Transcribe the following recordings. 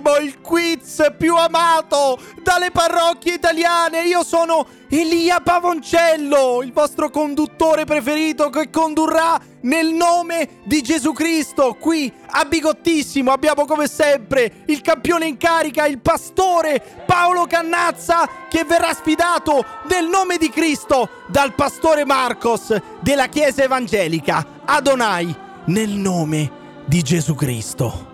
bellissimo, il quiz più amato dalle parrocchie italiane. Io sono Elia Pavoncello, il vostro conduttore preferito, che condurrà nel nome di Gesù Cristo. Qui a Bigottissimo abbiamo come sempre il campione in carica, il pastore Paolo Cannazza, che verrà sfidato nel nome di Cristo dal pastore Marcos della Chiesa Evangelica Adonai, nel nome di Gesù Cristo.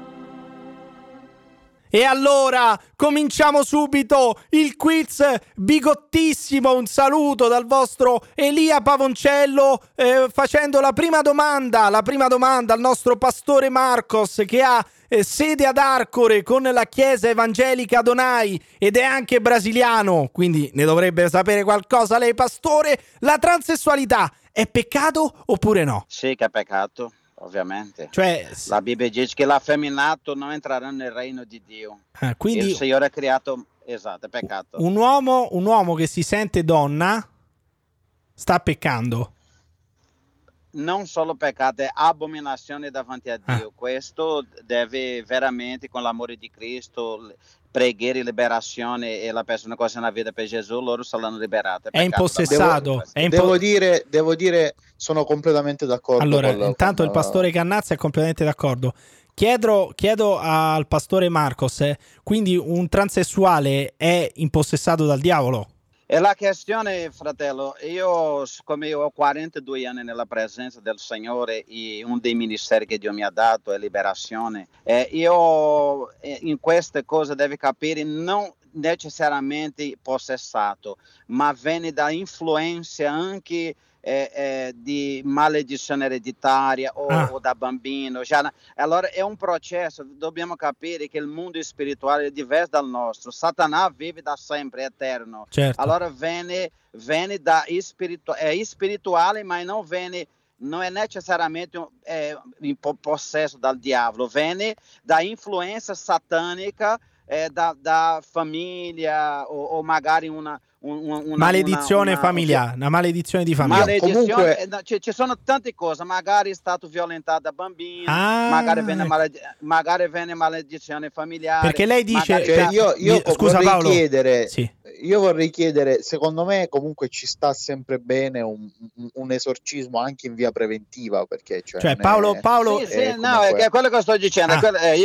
E allora cominciamo subito il quiz Bigottissimo. Un saluto dal vostro Elia Pavoncello, facendo la prima domanda al nostro pastore Marcos, che ha sede ad Arcore con la Chiesa Evangelica Adonai ed è anche brasiliano, quindi ne dovrebbe sapere qualcosa lei, pastore. La transessualità è peccato oppure no? Sì che è peccato. Ovviamente, cioè, la Bibbia dice che l'affeminato non entrerà nel regno di Dio. Quindi il Signore ha creato, esatto, è peccato. Un uomo che si sente donna sta peccando. Non solo peccato, è abominazione davanti a Dio. Questo deve veramente, con l'amore di Cristo, preghiere, liberazione, e la persona che ha una vita per Gesù, loro saranno liberate. È impossessato. Devo dire, sono completamente d'accordo. Allora, intanto il pastore Cannazza è completamente d'accordo. Chiedo al pastore Marcos, quindi un transessuale è impossessato dal diavolo? E la questione, fratello, io ho 42 anni nella presenza del Signore e uno dei ministeri che Dio mi ha dato è liberazione. Io in queste cose devo capire, non necessariamente possessato, ma viene da influenza anche di maledizione ereditaria o da bambino. Allora è un processo, dobbiamo capire che il mondo spirituale è diverso dal nostro. Satana vive da sempre, è eterno. Certo. Allora viene da è spirituale, ma non è necessariamente in possesso dal diavolo, viene da influenza satanica, da famiglia o magari una maledizione familiare, una maledizione di famiglia. Comunque ci sono tante cose, magari è stato violentato da bambino, magari viene maledizione familiare. Perché lei dice, scusa Paolo, sì. Io vorrei chiedere, secondo me comunque ci sta sempre bene un esorcismo anche in via preventiva, perché cioè Paolo sì, no, è quello che sto dicendo.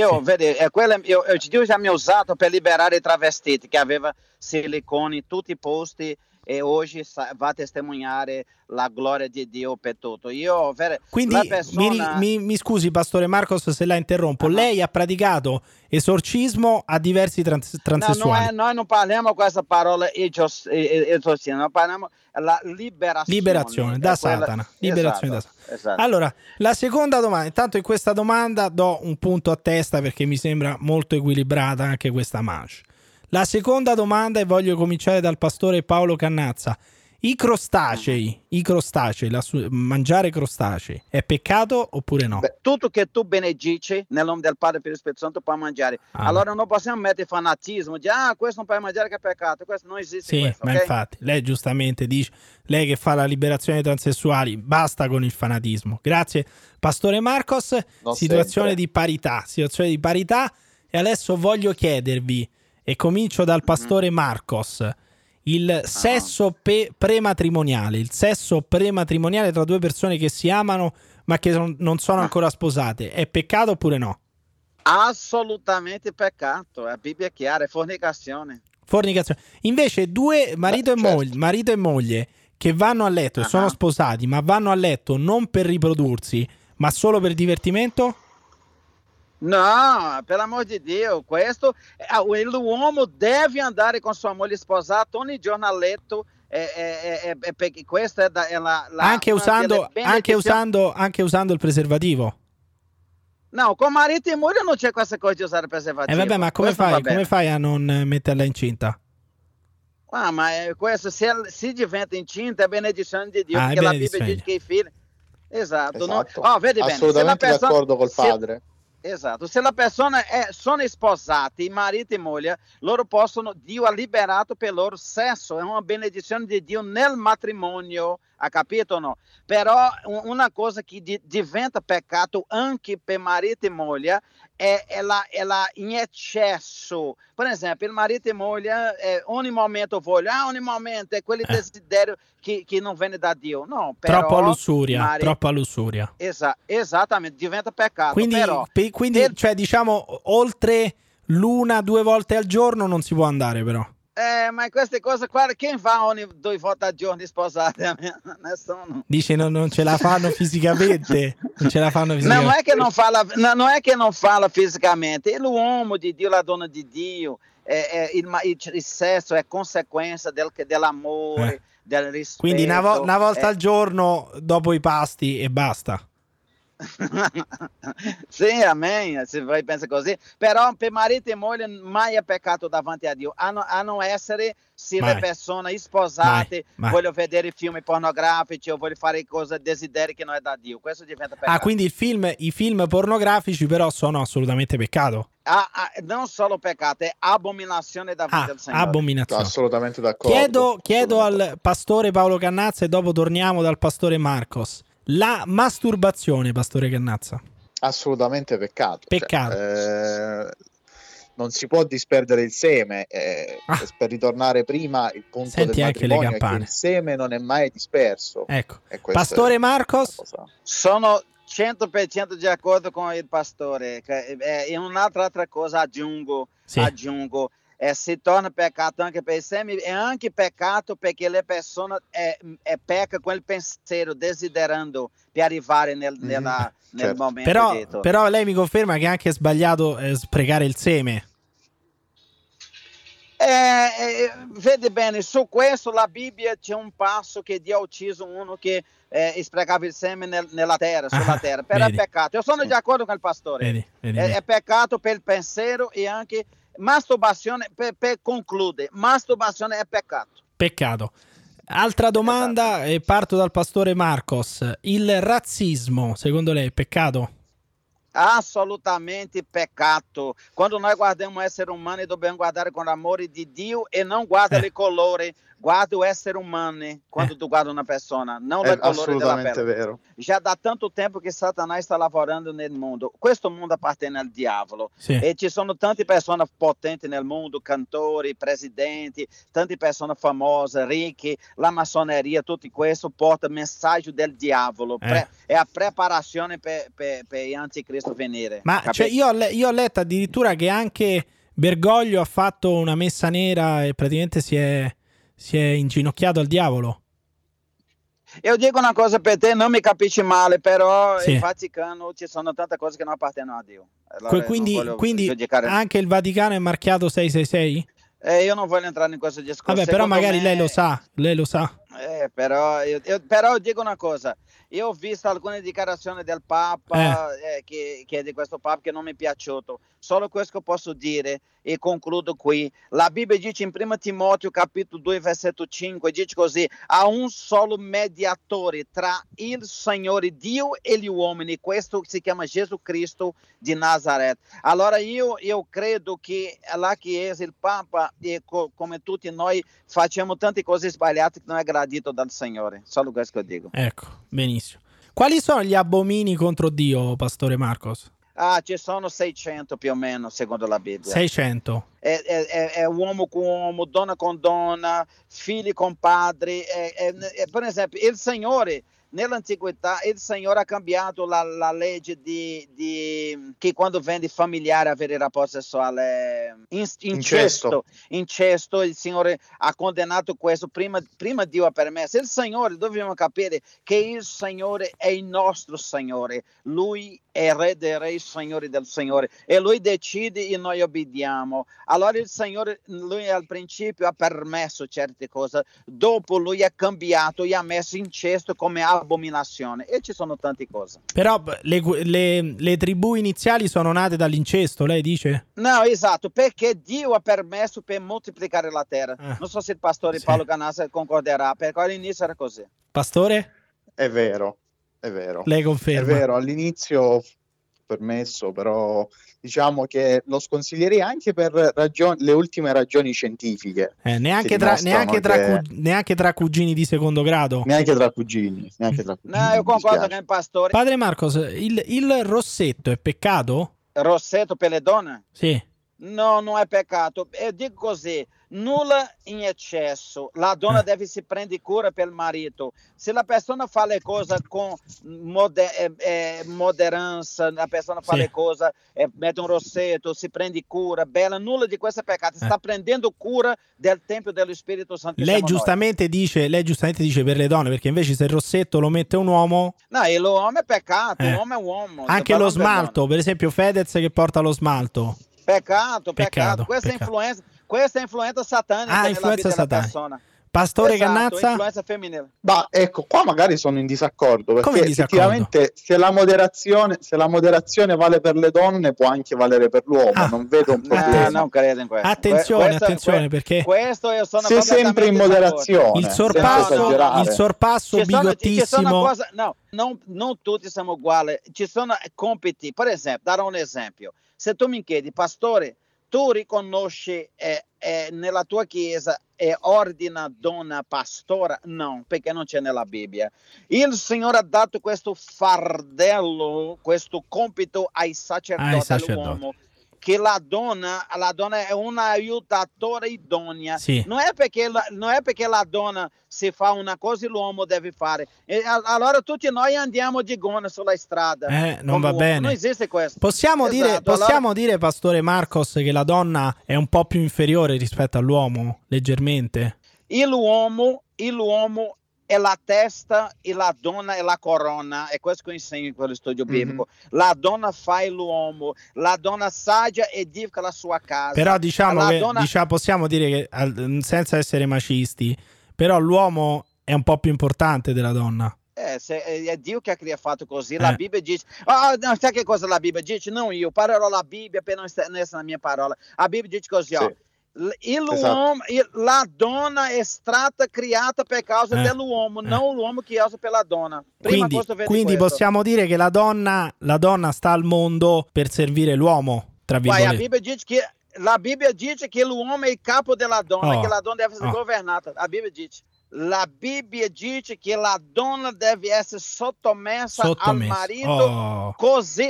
Dio mi ha usato per liberare i travestiti che aveva silicone in tutti i posti, e oggi va a testimoniare la gloria di Dio per tutto. Quindi mi scusi pastore Marcos se la interrompo, lei ha praticato esorcismo a diversi transessuali? No, noi non parliamo questa parola esorcismo, non parliamo la liberazione da Satana. Liberazione da Satana. Esatto. Allora, la seconda domanda, intanto in questa domanda do un punto a testa perché mi sembra molto equilibrata anche questa manche. La seconda domanda, e voglio cominciare dal pastore Paolo Cannazza. I crostacei, mangiare crostacei è peccato oppure no? Tutto che tu benedici nel nome del Padre per il Spirito Santo puoi mangiare. Allora non possiamo mettere fanatismo di questo non puoi mangiare che è peccato, questo non esiste. Sì, questo, ma okay? infatti lei giustamente dice, lei che fa la liberazione dei transessuali, basta con il fanatismo. Grazie pastore Marcos. Situazione di parità. E adesso voglio chiedervi, e comincio dal pastore Marcos, il sesso prematrimoniale tra due persone che si amano ma che non sono ancora sposate, è peccato oppure no? Assolutamente peccato, la Bibbia è chiara, è fornicazione. Invece due marito e moglie che vanno a letto e sono sposati, ma vanno a letto non per riprodursi ma solo per divertimento? No, per amor di Dio, l'uomo deve andare con sua moglie sposata ogni giorno a letto, questa è la anche usando il preservativo. No, con marito e moglie non c'è questa cosa di usare il preservativo. Vabbè, ma come fai a non metterla incinta? Ma questo se diventa incinta è benedizione di Dio, perché la Bibbia dice che i figli. Esatto. No? Vedi bene, assolutamente d'accordo col padre. Esatto, se la persona sono sposati, marito e moglie, loro possono, Dio ha liberato per loro sesso, è una benedizione di Dio nel matrimonio, ha capito o no? Però una cosa che diventa peccato anche per marito e moglie ela in eccesso. Per esempio, il marito e moglie, ogni momento vogliono, ogni momento è quel desiderio che non viene da Dio. No, però, troppa lussuria. Esattamente, diventa peccato. Quindi, però, cioè, diciamo, oltre l'una, 2 volte al giorno non si può andare, però. Ma queste cose qua, chi va ogni 2 volte al giorno sposate? Nessuno. Dice non ce la fanno fisicamente. Non ce la fanno fisicamente. Non è che non fa fisicamente. L'uomo di Dio, la donna di Dio, il sesso è conseguenza dell'amore, del rispetto. Quindi una volta al giorno dopo i pasti e basta. Sì, amen, se voi pensa così, però per marito e moglie mai è peccato davanti a Dio, a non essere se le persone sposate vogliono vedere film pornografici o vogliono fare cose, desideri che non è da Dio, questo diventa peccato. Quindi i film pornografici però sono assolutamente peccato. Non solo peccato, è abominazione davanti al Signore. Abominazione. Assolutamente d'accordo. Chiedo al pastore Paolo Cannazza e dopo torniamo dal pastore Marcos. La masturbazione, pastore Cannazza. Assolutamente peccato. Peccato. Non si può disperdere il seme. Per ritornare prima, il punto del matrimonio è che il seme non è mai disperso. Ecco. Pastore Marcos? Sono 100% di accordo con il pastore. E un'altra cosa aggiungo. Si torna peccato anche per i semi, è anche peccato perché le persone peccano con il pensiero, desiderando per arrivare nel momento. Però lei mi conferma che è anche sbagliato sprecare il seme. Vede bene, su questo la Bibbia c'è un passo che Dio ha ucciso uno che sprecava il seme nella terra, sulla terra, però è peccato. Io sono di accordo con il pastore. Vedi. È peccato per il pensiero e anche masturbazione, per concludere, masturbazione è peccato. Altra domanda, e parto dal pastore Marcos. Il razzismo, secondo lei, è peccato? Assolutamente peccato. Quando noi guardiamo essere umano, dobbiamo guardare con l'amore di Dio e non guardare il colore, guarda o essere umano quando tu guarda una persona, non il colore della pelle. Vero. Já da tanto tempo che Satanás sta lavorando nel mondo. Questo mondo appartiene al diavolo. E ci sono tante persone potenti nel mondo, cantori, presidenti, tante persone famose, ricche, la massoneria, tutto questo porta messaggio del diavolo. È a preparazione per l'anticristo venire. Ma cioè, io ho letto addirittura che anche Bergoglio ha fatto una messa nera e praticamente si è inginocchiato al diavolo. Io dico una cosa per te, non mi capisci male, però in Vaticano ci sono tante cose che non appartengono a Dio. Allora, quindi anche il Vaticano è marchiato 666? Io non voglio entrare in questo discorso. Vabbè, però magari lei lo sa. Però dico una cosa. Io ho visto alcune dichiarazioni del Papa che di questo Papa che non mi è piaciuto. Solo questo posso dire e concludo qui. La Bibbia dice in 1 Timoteo capitolo 2 versetto 5, dice così: ha un solo mediatore tra il Signore Dio e gli uomini, questo si chiama Gesù Cristo di Nazareth. Allora io credo che la Chiesa, il Papa e come tutti noi facciamo tante cose sbagliate che non è gradito dal Signore. Solo questo dico. Ecco, benissimo. Quali sono gli abomini contro Dio, pastore Marcos? Ci sono 600 più o meno, secondo la Bibbia. 600? È uomo con uomo, donna con donna, figli con padri. Per esempio, il Signore, nell'antichità, il Signore ha cambiato la legge di che quando vende familiare avere rapporto sessuale, incesto, il Signore ha condannato questo, prima Dio ha permesso. Il Signore, dobbiamo capire che il Signore è il nostro Signore, Lui è Re dei Re, Signore del Signore, e Lui decide e noi obbediamo. Allora il Signore, Lui al principio ha permesso certe cose, dopo Lui ha cambiato e ha messo incesto come abominazione, e ci sono tante cose. Però le tribù iniziali sono nate dall'incesto, lei dice? No, esatto, perché Dio ha permesso per moltiplicare la terra. Non so se il pastore Paolo Cannazza concorderà, perché all'inizio era così. Pastore? È vero. Lei conferma? È vero, all'inizio permesso, però diciamo che lo sconsiglierei anche per le ultime ragioni scientifiche. Neanche tra cugini di secondo grado? Neanche tra cugini. No, io concordo con il pastore. Padre Marcos, il rossetto è peccato? Rossetto per le donne? Sì. No, non è peccato. Io dico così, nulla in eccesso. La donna deve si prendere cura per il marito. Se la persona fa le cose con moderanza, la persona fa le cose, mette un rossetto, si prende cura, bella, nulla di questo è peccato. Sta prendendo cura del Tempio dello Spirito Santo. Lei giustamente dice per le donne, perché invece se il rossetto lo mette un uomo... No, l'uomo è peccato, l'uomo è uomo. Anche lo smalto, per esempio Fedez che porta lo smalto. Peccato. Questa è influenza satanica nella vita della persona. Pastore Cannazza? Influenza femminile. Ma ecco, qua magari sono in disaccordo, perché effettivamente se la moderazione vale per le donne, può anche valere per l'uomo. Non vedo un problema. Non credo in questo. Attenzione, perché questo io sono sei sempre in moderazione. Il sorpasso bigottissimo. Non tutti siamo uguali. Ci sono compiti. Per esempio, darò un esempio. Se tu mi chiedi, pastore, tu riconosci nella tua chiesa ordina donna pastora? No, perché non c'è nella Bibbia. Il Signore ha dato questo fardello, questo compito ai sacerdoti, all'uomo, che la donna è una aiutatore idonea. Sì. Non è perché la donna si fa una cosa, l'uomo deve fare. E allora tutti noi andiamo di gonna sulla strada. Non va bene. Non esiste questo. Possiamo dire, pastore Marcos, che la donna è un po' più inferiore rispetto all'uomo, leggermente? L'uomo è la testa e la donna è la corona. È questo che insegno in quello studio biblico. La donna fa l'uomo, la donna saggia edifica la sua casa. Però possiamo dire che, senza essere macisti, però l'uomo è un po' più importante della donna. È Dio che ha fatto così. La Bibbia dice, sai che cosa la Bibbia dice? Non io, parlerò la Bibbia per non essere la mia parola. La Bibbia dice così, l'uomo, la donna è stata creata per causa dell'uomo, non l'uomo che usa per la donna. Quindi possiamo dire che la donna sta al mondo per servire l'uomo, tra virgolette. La Bibbia dice che l'uomo è il capo della donna, che la donna deve essere governata. La Bibbia dice che la donna deve essere sottomessa al marito, così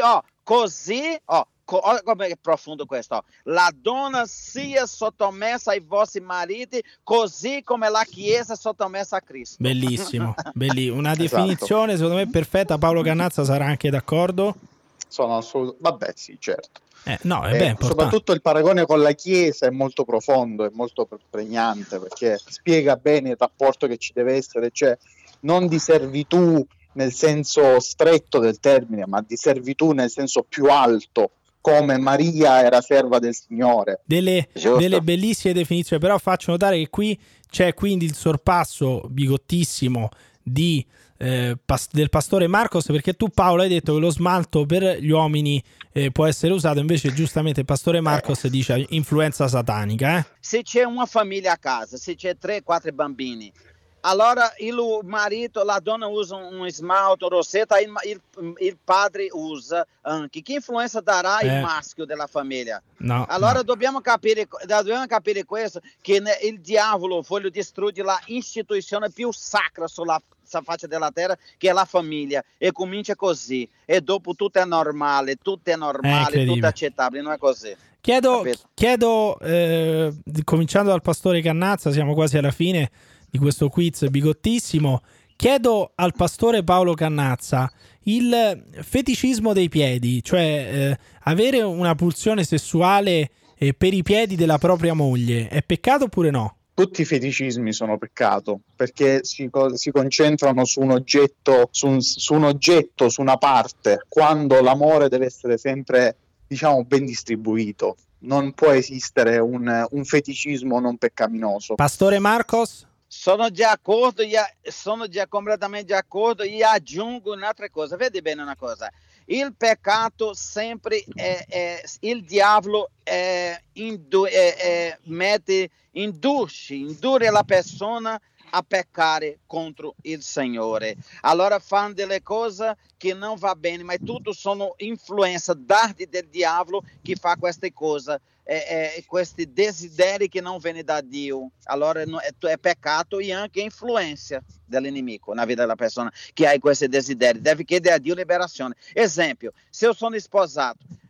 come è profondo questo. La donna sia sottomessa ai vostri mariti, così come la Chiesa è sottomessa a Cristo. Bellissimo, una definizione secondo me perfetta. Paolo Cannazza sarà anche d'accordo? Sono assolutamente, vabbè, sì, certo. Soprattutto il paragone con la Chiesa è molto profondo, è molto pregnante, perché spiega bene il rapporto che ci deve essere, cioè non di servitù nel senso stretto del termine, ma di servitù nel senso più alto, come Maria era serva del Signore. Delle bellissime definizioni, però faccio notare che qui c'è quindi il sorpasso bigottissimo del pastore Marcos, perché tu, Paolo, hai detto che lo smalto per gli uomini può essere usato, invece giustamente il pastore Marcos dice influenza satanica. Se c'è una famiglia a casa, se c'è 3-4 bambini, allora il marito, la donna usa un smalto, un rossetto, il padre usa anche. Che influenza darà il maschio della famiglia? Allora dobbiamo capire questo, che il diavolo vuole distruggere l'istituzione più sacra sulla faccia della terra, che è la famiglia, e comincia così, e dopo tutto è normale, tutto è accettabile, non è così. Chiedo cominciando dal pastore Cannazza, siamo quasi alla fine di questo quiz bigottissimo, chiedo al pastore Paolo Cannazza il feticismo dei piedi, cioè avere una pulsione sessuale per i piedi della propria moglie, è peccato oppure no? Tutti i feticismi sono peccato, perché si concentrano su un oggetto, su una parte, quando l'amore deve essere sempre, diciamo, ben distribuito. Non può esistere un feticismo non peccaminoso. Pastore Marcos? Sono completamente d'accordo e aggiungo un'altra cosa. Vedi bene una cosa. Il peccato sempre il diavolo indurre la persona a peccare contro il Signore. Allora fanno delle cose che non va bene, ma tutto sono influenze, dardi del diavolo che fa queste cose, questi desideri che non vengono da Dio. Allora è peccato e anche influenza dell'inimico na vita della persona che ha questi desideri. Deve chiedere a Dio liberazione. Esempio, se io sono sposato,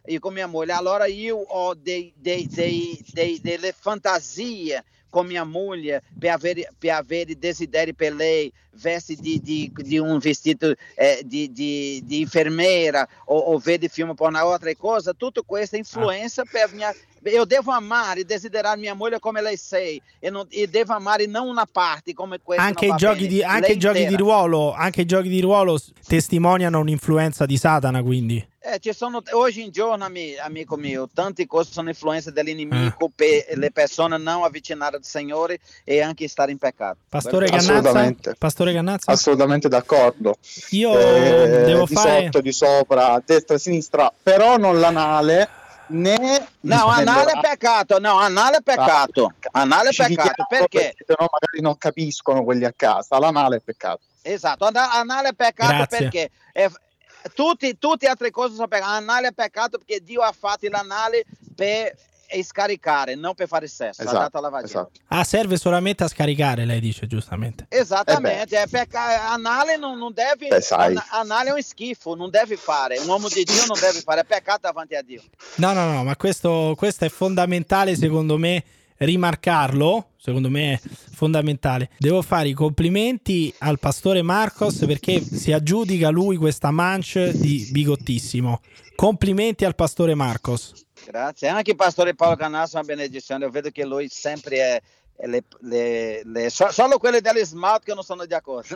io con mia moglie, allora io ho delle fantasie con mia moglie per avere desideri per lei, vesti di un vestito di infermiera o vede film per una altra cosa, tutta questa influenza per mia. Eu devo amare e desiderare mia moglie come lei sei e devo amare non una parte come questa. Anche i giochi di ruolo testimoniano un'influenza di Satana, quindi. Ci sono oggi in giorno, amico mio, tante cose sono influenze dell'inimico per le persone non avvicinare al Signore e anche stare in peccato. Pastore Cannazza? Assolutamente d'accordo. Io devo fare sotto, di sopra, a destra e a sinistra, però non l'anale né anale è peccato. No, anale è peccato. Anale è peccato perché? Se no magari non capiscono quelli a casa. L'anale è peccato. Esatto, anale è peccato. Grazie. Perché tutte altre cose sono peccato. Anale è peccato perché Dio ha fatto l'anale per scaricare, non per fare sesso. Esatto, ha dato la vagina. Esatto. Serve solamente a scaricare, lei dice giustamente. Esattamente, anale non deve. Anale è un schifo, non deve fare. Un uomo di Dio non deve fare, è peccato davanti a Dio. No, ma questo è fondamentale, secondo me, rimarcarlo. Secondo me è fondamentale. Devo fare i complimenti al pastore Marcos perché si aggiudica lui questa manche di bigottissimo. Complimenti al pastore Marcos. Grazie, anche il pastore Paolo Cannazza è una benedizione, io vedo che lui sempre è solo quelle delle smart che non sono di accordo.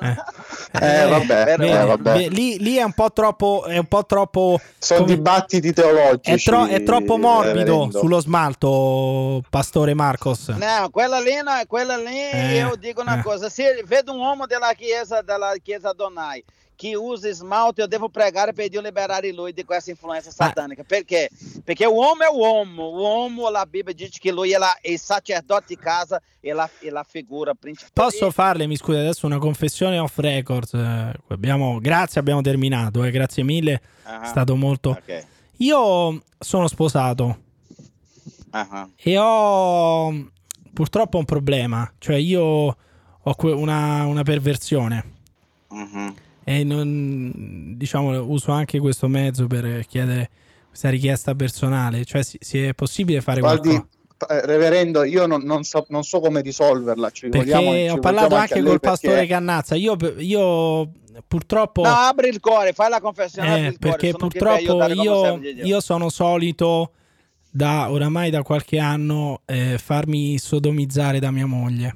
Vabbè. Lì è un po' troppo sono dibattiti teologici. È troppo morbido sullo smalto, pastore Marcos. No, quella lì io dico una cosa, se vedo un uomo della chiesa Adonai che usa esmalte, eu devo pregare per Dio liberare lui di questa influenza satanica. Perché? Perché o uomo è uomo. O uomo, la Bibbia dice che lui è il sacerdote di casa e la figura principale. Posso farle, mi scusi, adesso una confessione off record. Abbiamo terminato, grazie mille. È stato molto. Okay. Io sono sposato e ho purtroppo un problema. Cioè io ho una perversione. E uso anche questo mezzo per chiedere questa richiesta personale, cioè se è possibile fare qualcosa. Reverendo, io non so come risolverla, perché ho parlato anche col pastore Cannazza. Io purtroppo apri il cuore, fai la confessione, perché purtroppo io sono solito oramai da qualche anno farmi sodomizzare da mia moglie.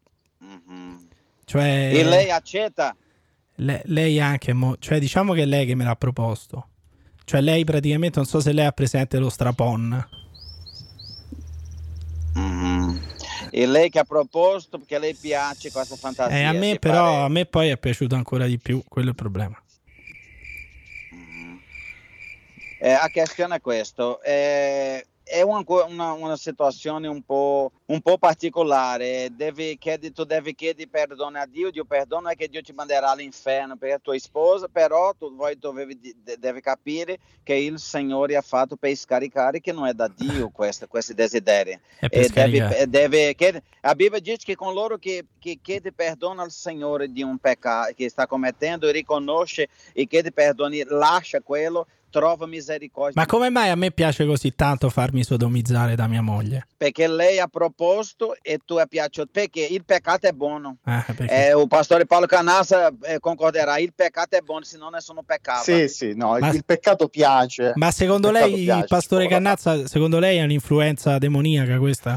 Cioè, e lei accetta? Lei anche, cioè diciamo che è lei che me l'ha proposto. Cioè lei praticamente, non so se lei ha presente lo strapon. E lei che ha proposto perché a lei piace questa fantasia. A me poi è piaciuto ancora di più, quello è il problema. La questione è questo. È una situazione un po' particolare. Tu devi chiedere perdono a Dio. Dio perdona che Dio ti manderà all'inferno per tua sposa, però tu devi capire che il Signore ha fatto per scaricare che non è da Dio questi desideri. La Bibbia dice che con loro che chiede perdono al Signore di un peccato che sta commettendo e riconosce e chiede perdono, lascia quello, trova misericordia. Ma come mai a me piace così tanto farmi sodomizzare da mia moglie? Perché lei ha proposto e tu è piaciuto, perché il peccato è buono. Il pastore Paolo Cannazza concorderà, il peccato è buono, se non è solo peccato. Il peccato piace. Ma secondo lei, il pastore Cannazza, secondo lei è un'influenza demoniaca questa?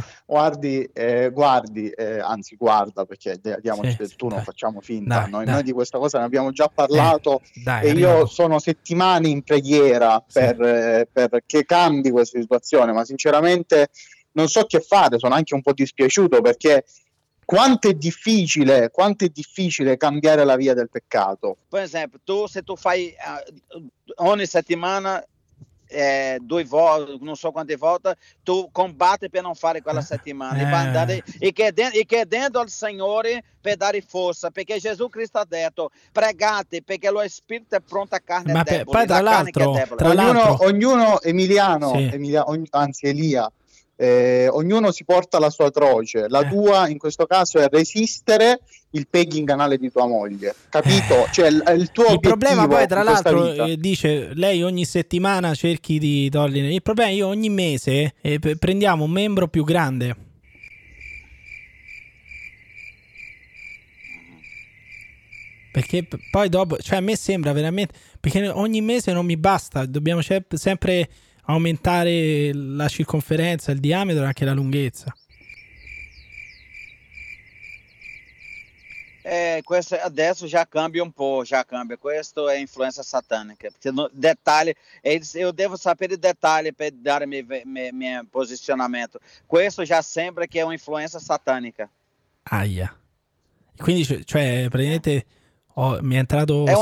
Anzi guarda, perché diamoci del tu, non facciamo finta. Noi di questa cosa ne abbiamo già parlato io sono settimane in preghiera perché cambi questa situazione, ma sinceramente non so che fare, sono anche un po' dispiaciuto perché quanto è difficile cambiare la via del peccato. Per esempio, se tu fai ogni settimana 2 volte, non so quante volte, tu combatti per non fare quella settimana e chiedendo al Signore per dare forza, perché Gesù Cristo ha detto pregate perché lo spirito è pronto a carne debole. Poi tra l'altro ognuno Emiliano, anzi Elia, ognuno si porta la sua croce, la tua in questo caso è resistere il pegging anale di tua moglie, capito? Cioè il tuo il problema poi tra l'altro vita, dice lei ogni settimana cerchi di togliere, il problema io ogni mese prendiamo un membro più grande, perché poi dopo, cioè a me sembra veramente, perché ogni mese non mi basta, dobbiamo sempre aumentare la circonferenza, il diametro e anche la lunghezza. Questo adesso già cambia un po', questo è influenza satanica, detalhe, eu devo sapere i dettagli per dare mio posizionamento, questo già sembra che è un'influenza satanica. Aia. Quindi cioè praticamente mi è entrato è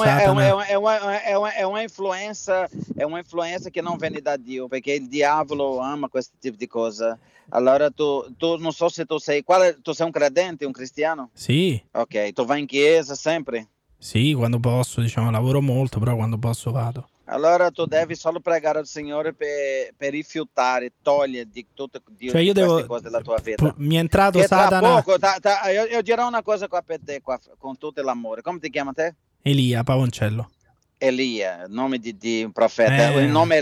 una influenza che non viene da Dio, perché il diavolo ama questo tipo di cosa. Allora tu non so se tu sei un credente, un cristiano? Sì. Ok, tu vai in chiesa sempre? Sì, quando posso, diciamo, lavoro molto, però quando posso vado. Allora tu devi solo pregare al Signore per rifiutare, togliere di tutte queste cose della tua vita. Mi è entrato che Satana. Tra poco, io dirò una cosa qua per te, qua, con tutto l'amore. Come ti chiama te? Elia Pavoncello. Elia, nome di un profeta. Il nome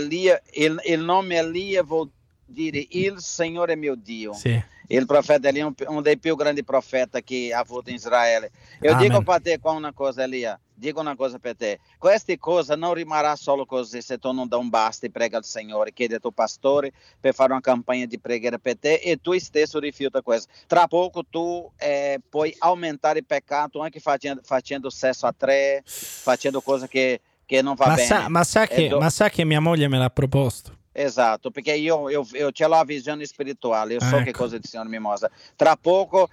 Elia vuol dire il Signore mio Dio. Sì. Il profeta Elia è uno dei più grandi profeti che ha avuto in Israele. Io dico per te qua una cosa, Elia. Dico una cosa per te, queste cose non rimarrà solo così se tu non dai un basta e prega al Signore, chiedi al tuo pastore per fare una campagna di preghiera per te e tu stesso rifiuta questo. Tra poco tu puoi aumentare il peccato anche facendo sesso a tre, facendo cose che non va bene. Ma sa che mia moglie me l'ha proposto. Esatto, perché io ce l'ho a visione spirituale, io so che cosa il Signore mi mostra. Tra poco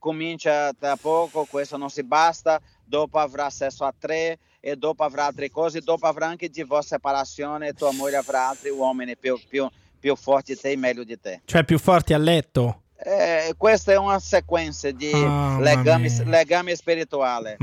questo non si basta, dopo avrà sesso a tre e dopo avrà altre cose, dopo avrà anche divorzio, separazione e tua moglie avrà altri uomini più forti di te e meglio di te. Cioè più forti a letto? Questa è una sequenza di legame spirituale.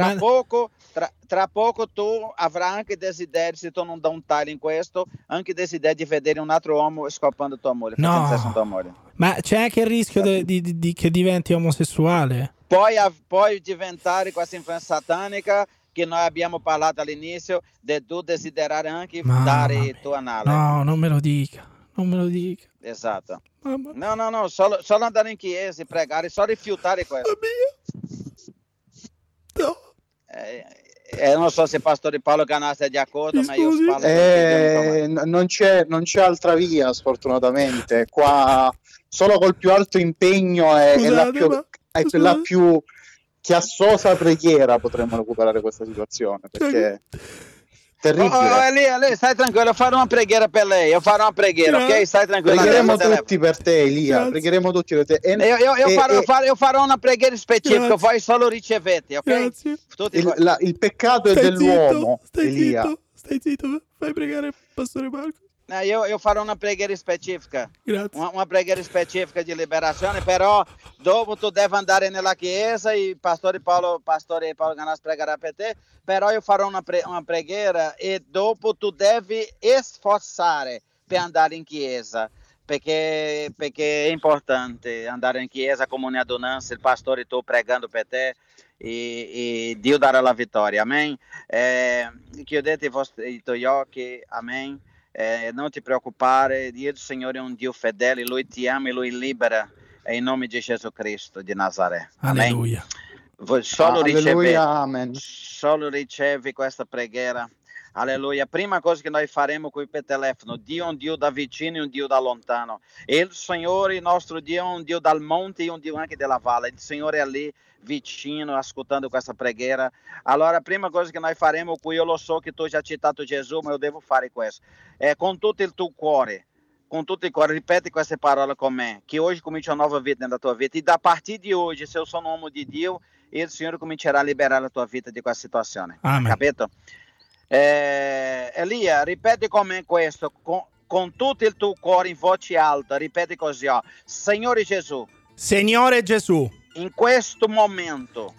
Tra poco tu avrai anche desideri, se tu non dai un taglio in questo, anche desideri di vedere un altro uomo scoppando tua moglie. Ma c'è anche il rischio di che diventi omosessuale? Puoi diventare questa influenza satanica che noi abbiamo parlato all'inizio, di tu desiderare anche dare il tuo anale. No, non me lo dica. Esatto. No, solo andare in chiesa, pregare, solo rifiutare questo. No. Non so se il pastore Paolo Canassa è di accordo, ma io parlo non c'è altra via, sfortunatamente. Qua solo col più alto impegno è quella più chiassosa preghiera potremmo recuperare questa situazione, perché terribile. Elia, stai tranquillo, farò una preghiera per lei. Io farò una preghiera, ok? Stai tranquillo. Pregheremo tutti per te, Elia. Pregheremo tutti per te. Io farò una preghiera specifica, voi solo ricevete, ok? Il peccato è dell'uomo, Elia. Stai zitto, fai pregare Pastore Marco. Io farò una preghiera specifica. Grazie. Una preghiera specifica di liberazione, però dopo tu devi andare nella chiesa, il pastore Paolo Ganas pregherà per te, però io farò una preghiera e dopo tu devi sforzare per andare in chiesa, perché è importante andare in chiesa, comunione adunanza, il pastore tu pregando per te e Dio darà la vittoria, amen. Chiudete i tuoi occhi, amen. Non ti preoccupare, il Signore è un Dio fedele, Lui ti ama e Lui libera, in nome di Gesù Cristo di Nazareth. Alleluia. Solo ricevi questa preghiera. Alleluia. Prima cosa che noi faremo qui per telefono, Dio è un Dio da vicino e un Dio da lontano. Il Signore, il nostro Dio, è un Dio dal monte e un Dio anche della valle. Il Signore è lì vicino, ascoltando questa preghiera. Allora, prima cosa che noi faremo qui, io lo so che tu hai già citato Gesù, ma io devo fare questo. Con tutto il tuo cuore, ripeti queste parole con me, che hoje comincia una nuova vita nella tua vita. E da partir di oggi, se eu sono un uomo di Dio, il Signore comincerà a liberare la tua vita di questa situazione. Amen. Capito? Elia, ripeti con me questo, con tutto il tuo cuore in voce alta, ripeti così, Signore Gesù, in questo momento,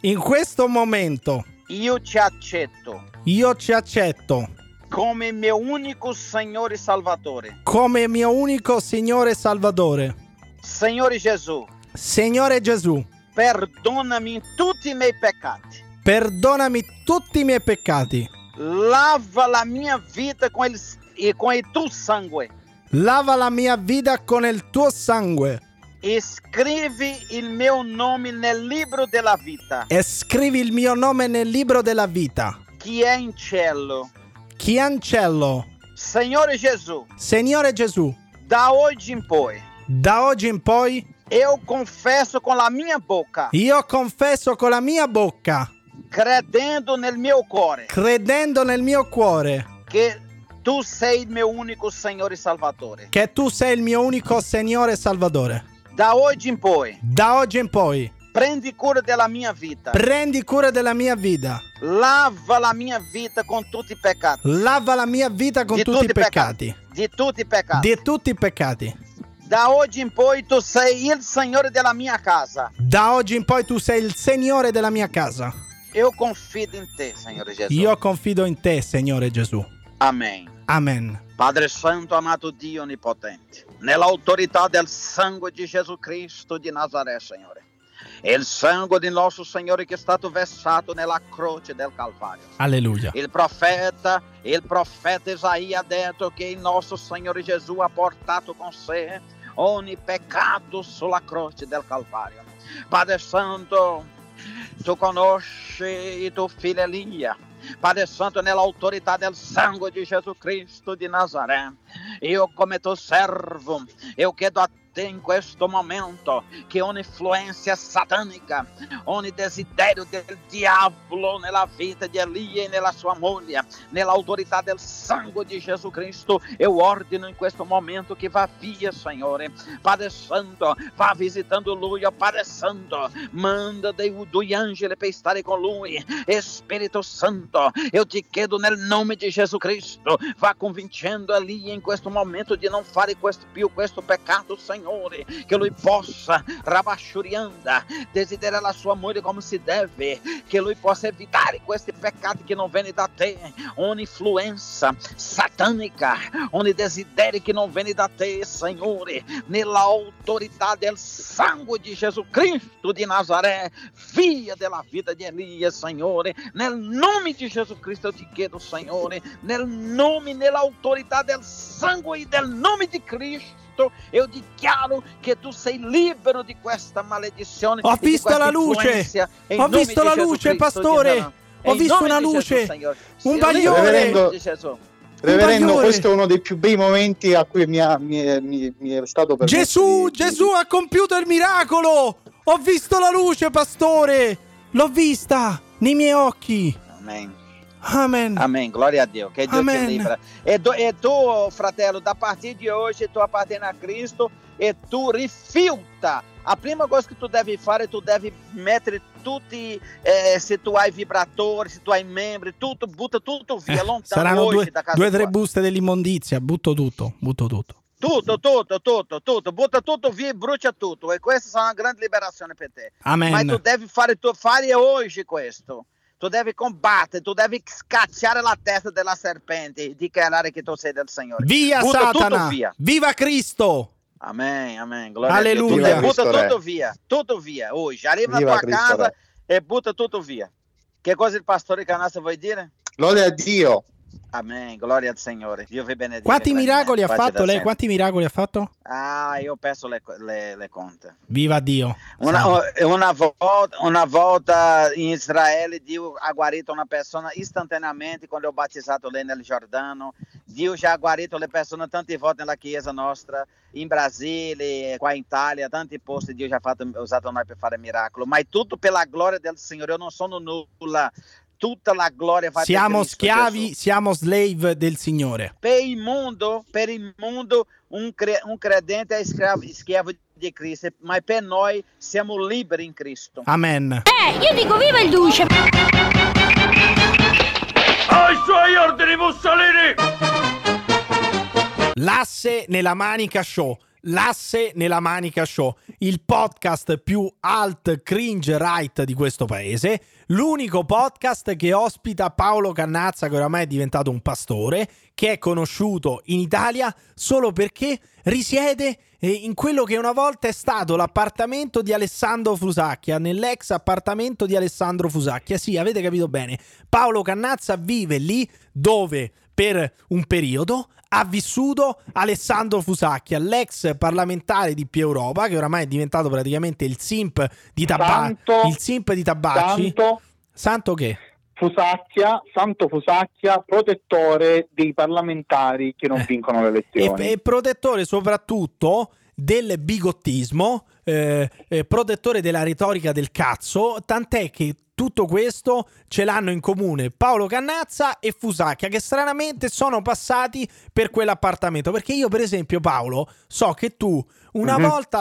io ti accetto come mio unico Signore e Salvatore, Signore Gesù, Signore Gesù, perdonami tutti i miei peccati. perdonami tutti i miei peccati. Lava la mia vita con il tuo sangue. Lava la mia vita con il tuo sangue. E scrivi il mio nome nel libro della vita. E scrivi il mio nome nel libro della vita. Chi è in cielo. Chi è in cielo. Signore Gesù, Signore Gesù, da oggi in poi, da oggi in poi eu confesso con la mia bocca, io confesso con la mia bocca, credendo nel mio cuore, credendo nel mio cuore, che tu sei il mio unico Signore e Salvatore. che tu sei il mio unico Signore e Salvatore. Da oggi in poi, Da oggi in poi, prendi cura della mia vita. prendi cura della mia vita. Lava la mia vita con tutti i peccati. Lava la mia vita con Di tutti i peccati. Di tutti i peccati. Di tutti i peccati. Da oggi in poi tu sei il Signore della mia casa. Da oggi in poi tu sei il Signore della mia casa. Eu confido in te, Signore Gesù. Io confido in te, Signore Gesù. Amen. Amen. Padre Santo, amato Dio Onnipotente, nell'autorità del sangue di Gesù Cristo di Nazaré, Signore. Il sangue di nostro Signore che è stato versato nella croce del Calvario. Alleluia. Il profeta Isaia ha detto che il nostro Signore Gesù ha portato con sé ogni peccato sulla croce del Calvario. Padre Santo, tu conosci il tuo figlio Elia. Padre Santo, nell'autorità del sangue di Gesù Cristo di Nazaré, io come tuo servo, io chiedo a te in questo momento che ogni influenza satanica, ogni desiderio del diavolo nella vita di Elia e nella sua moglie, nell'autorità del sangue di Gesù Cristo, io ordino in questo momento che va via, Signore. Padre Santo, va visitando lui, Padre Santo, manda due angeli per stare con lui. Spirito Santo, io ti chiedo nel nome di Gesù Cristo, va convincendo Elia in questo momento di non fare più questo peccato, Signore, che lui possa, rabasciurianda, desiderare la sua moglie come si deve, che lui possa evitare questi peccati che non vengono da te, ogni influenza satanica, ogni desiderio che non viene da te, Signore, nell'autorità del sangue di Gesù Cristo di Nazaré, via della vita di Elia, Signore, nel nome di Gesù Cristo eu ti chiedo, Signore, nel nome, nell'autorità del sangue e del nome di Cristo, eu dichiaro che tu sei libero di questa maledizione. Ho visto la luce, ho visto la luce, pastore, ho visto una luce, un bagliore. Reverendo, questo è uno dei più bei momenti a cui mi è stato permesso. Gesù ha compiuto il miracolo. Ho visto la luce, pastore. L'ho vista nei miei occhi. Amen. Amen. Amen, glória a Dio, che Dio ti libera. E tu, fratello, da partir di oggi tu appartieni a Cristo e tu rifiuta. A prima cosa che tu devi fare, tu devi mettere tutti, se tu hai vibratori, se tu hai membri, tutto, butta tutto via, lontano. Saranno oggi da casa due o tre tua. buste dell'immondizia, butto tutto. Tutto, butta tutto via e brucia tutto. E questa sarà una grande liberazione per te. Amen. Ma tu devi fare oggi questo. Tu devi combattere, tu devi scacciare la testa della serpente e dichiarare che tu sei del Signore. Via butta Satana! Tutto via. Viva Cristo! Amen, gloria Alleluia. a Dio. Butta tutto via oggi. Arriva Viva na tua Cristo, casa Re. e butta tutto via. Che cosa il pastore Canassa vuoi dire? Gloria a Dio. Amen, gloria al Signore. Dio vi benedica. Quanti miracoli ha Pace fatto da lei? sempre. Quanti miracoli ha fatto? Io perso le conte. Viva Dio! Una volta in Israele Dio ha guarito una persona istantaneamente quando ho battezzato lei nel Giordano. Dio já ha guarito le persone tante volte nella chiesa nostra, in Brasile, qua in Italia, tanti posti Dio já ha usato noi per fare miracolo. Ma è tutto per la gloria del Signore, io non sono nulla. Tutta la gloria va Siamo a Cristo schiavi, Gesù. siamo slave del Signore. Per il mondo un credente è schiavo di Cristo, ma per noi siamo liberi in Cristo. Amen. Io dico viva il duce! Ai suoi ordini, Mussolini! L'asse nella manica show. L'asse nella manica show, il podcast più alt cringe right di questo paese. l'unico podcast che ospita Paolo Cannazza, che oramai è diventato un pastore, che è conosciuto in Italia solo perché risiede in quello che una volta è stato l'appartamento di Alessandro Fusacchia, nell'ex appartamento di Alessandro Fusacchia. Sì, avete capito bene. Paolo Cannazza vive lì dove per un periodo ha vissuto Alessandro Fusacchia, l'ex parlamentare di Più Europa, che oramai è diventato praticamente il simp di Tabacci. Santo che? Santo Fusacchia, protettore dei parlamentari che non vincono le elezioni. E protettore soprattutto del bigottismo, protettore della retorica del cazzo, tant'è che tutto questo ce l'hanno in comune Paolo Cannazza e Fusacchia, che stranamente sono passati per quell'appartamento. Perché io, per esempio, Paolo, so che tu una volta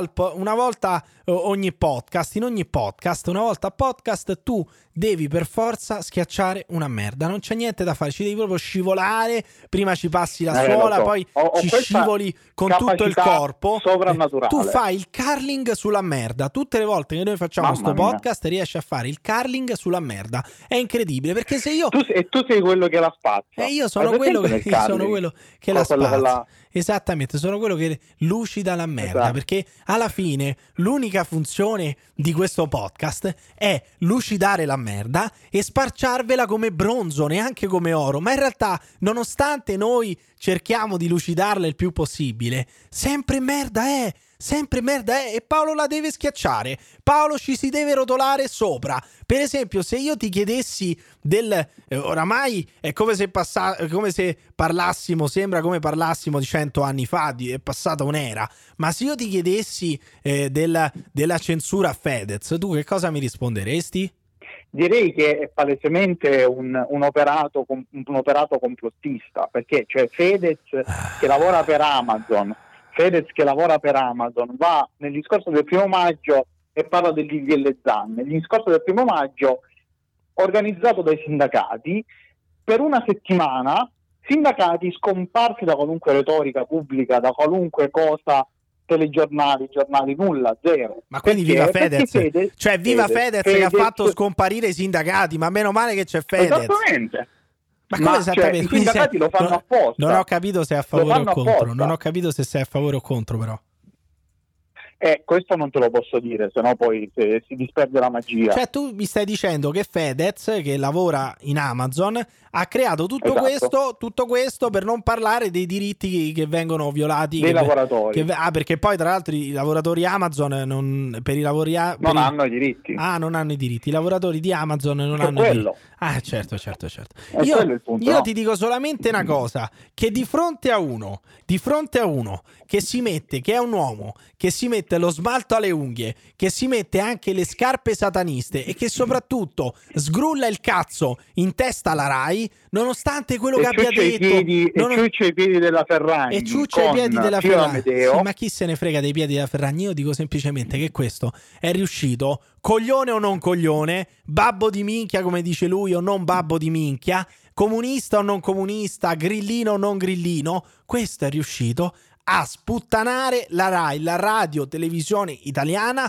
ogni podcast, in ogni podcast, una volta a podcast, tu devi per forza schiacciare una merda. Non c'è niente da fare, ci devi proprio scivolare. Prima ci passi la suola, poi ci scivoli con tutto il corpo. Sovrannaturale. Tu fai il curling sulla merda. Tutte le volte che noi facciamo questo podcast riesci a fare il curling sulla merda. È incredibile, perché se io tu sei quello che la spazza. Io sono quello che la spazza. Esattamente, sono quello che lucida la merda. Esatto. Perché alla fine l'unica funzione di questo podcast è lucidare la merda e sparciarvela come bronzo, neanche come oro. Ma in realtà, nonostante noi cerchiamo di lucidarla il più possibile, sempre merda è e Paolo la deve schiacciare. Paolo ci si deve rotolare sopra. Per esempio, se io ti chiedessi oramai è come se parlassimo, sembra come parlassimo di 100 anni fa, è passata un'era, ma se io ti chiedessi della censura a Fedez, tu che cosa mi risponderesti? Direi che è palesemente un operato complottista, perché c'è Fedez che lavora per Amazon va nel discorso del 1° maggio e parla del DDL Zan, nel discorso del 1° maggio organizzato dai sindacati per una settimana, sindacati scomparsi da qualunque retorica pubblica, da qualunque cosa, telegiornali, giornali, nulla, zero. Ma quindi viva Fedez, cioè viva Fedez che ha fatto scomparire i sindacati, ma meno male che c'è Fedez. Esattamente. Ma come esattamente? I sindacati lo fanno apposta. Non ho capito se è a favore o contro. Non ho capito se sei a favore o contro, però. Questo non te lo posso dire, sennò poi si disperde la magia. Cioè tu mi stai dicendo che Fedez, che lavora in Amazon, ha creato tutto questo per non parlare dei diritti che vengono violati dei lavoratori. Perché poi tra l'altro i lavoratori Amazon non hanno i diritti. Non hanno i diritti. I lavoratori di Amazon non hanno i diritti. Certo. Io ti dico solamente una cosa, che di fronte a uno che si mette, che è un uomo, che si mette lo smalto alle unghie, che si mette anche le scarpe sataniste e che soprattutto sgrulla il cazzo in testa alla Rai, nonostante quello che abbia detto, ciuccia i piedi della Ferragni, sì, ma chi se ne frega dei piedi della Ferragni? Io dico semplicemente che questo è riuscito, coglione o non coglione, babbo di minchia come dice lui o non babbo di minchia, comunista o non comunista, grillino o non grillino, questo è riuscito a sputtanare la Rai, la radio televisione italiana,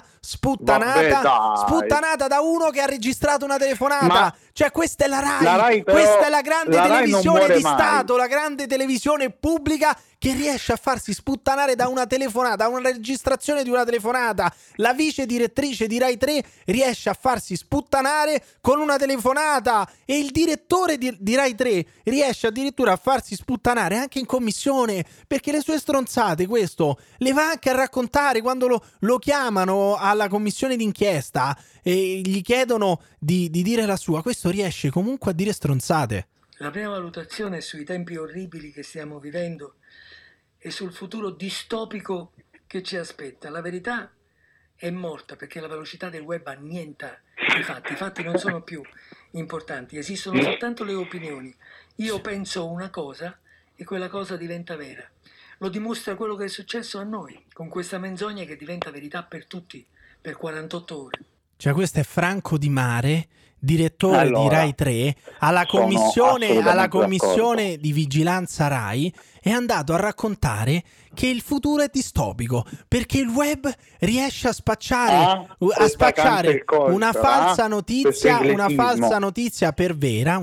sputtanata da uno che ha registrato una telefonata. Cioè questa è la Rai però, questa è la grande televisione di Stato, la grande televisione pubblica che riesce a farsi sputtanare da una telefonata, da una registrazione di una telefonata. La vice direttrice di Rai 3 riesce a farsi sputtanare con una telefonata e il direttore di Rai 3 riesce addirittura a farsi sputtanare anche in commissione, perché le sue stronzate questo le va anche a raccontare quando lo chiamano alla commissione d'inchiesta e gli chiedono di dire la sua. Questo riesce comunque a dire stronzate. La prima valutazione sui tempi orribili che stiamo vivendo e sul futuro distopico che ci aspetta. La verità è morta perché la velocità del web annienta i fatti non sono più importanti, esistono soltanto le opinioni. Io penso una cosa e quella cosa diventa vera. Lo dimostra quello che è successo a noi, con questa menzogna che diventa verità per tutti, per 48 ore. Cioè questo è Franco Di Mare direttore di Rai 3, alla assolutamente commissione di vigilanza Rai, è andato a raccontare che il futuro è distopico perché il web riesce a spacciare una falsa notizia per vera,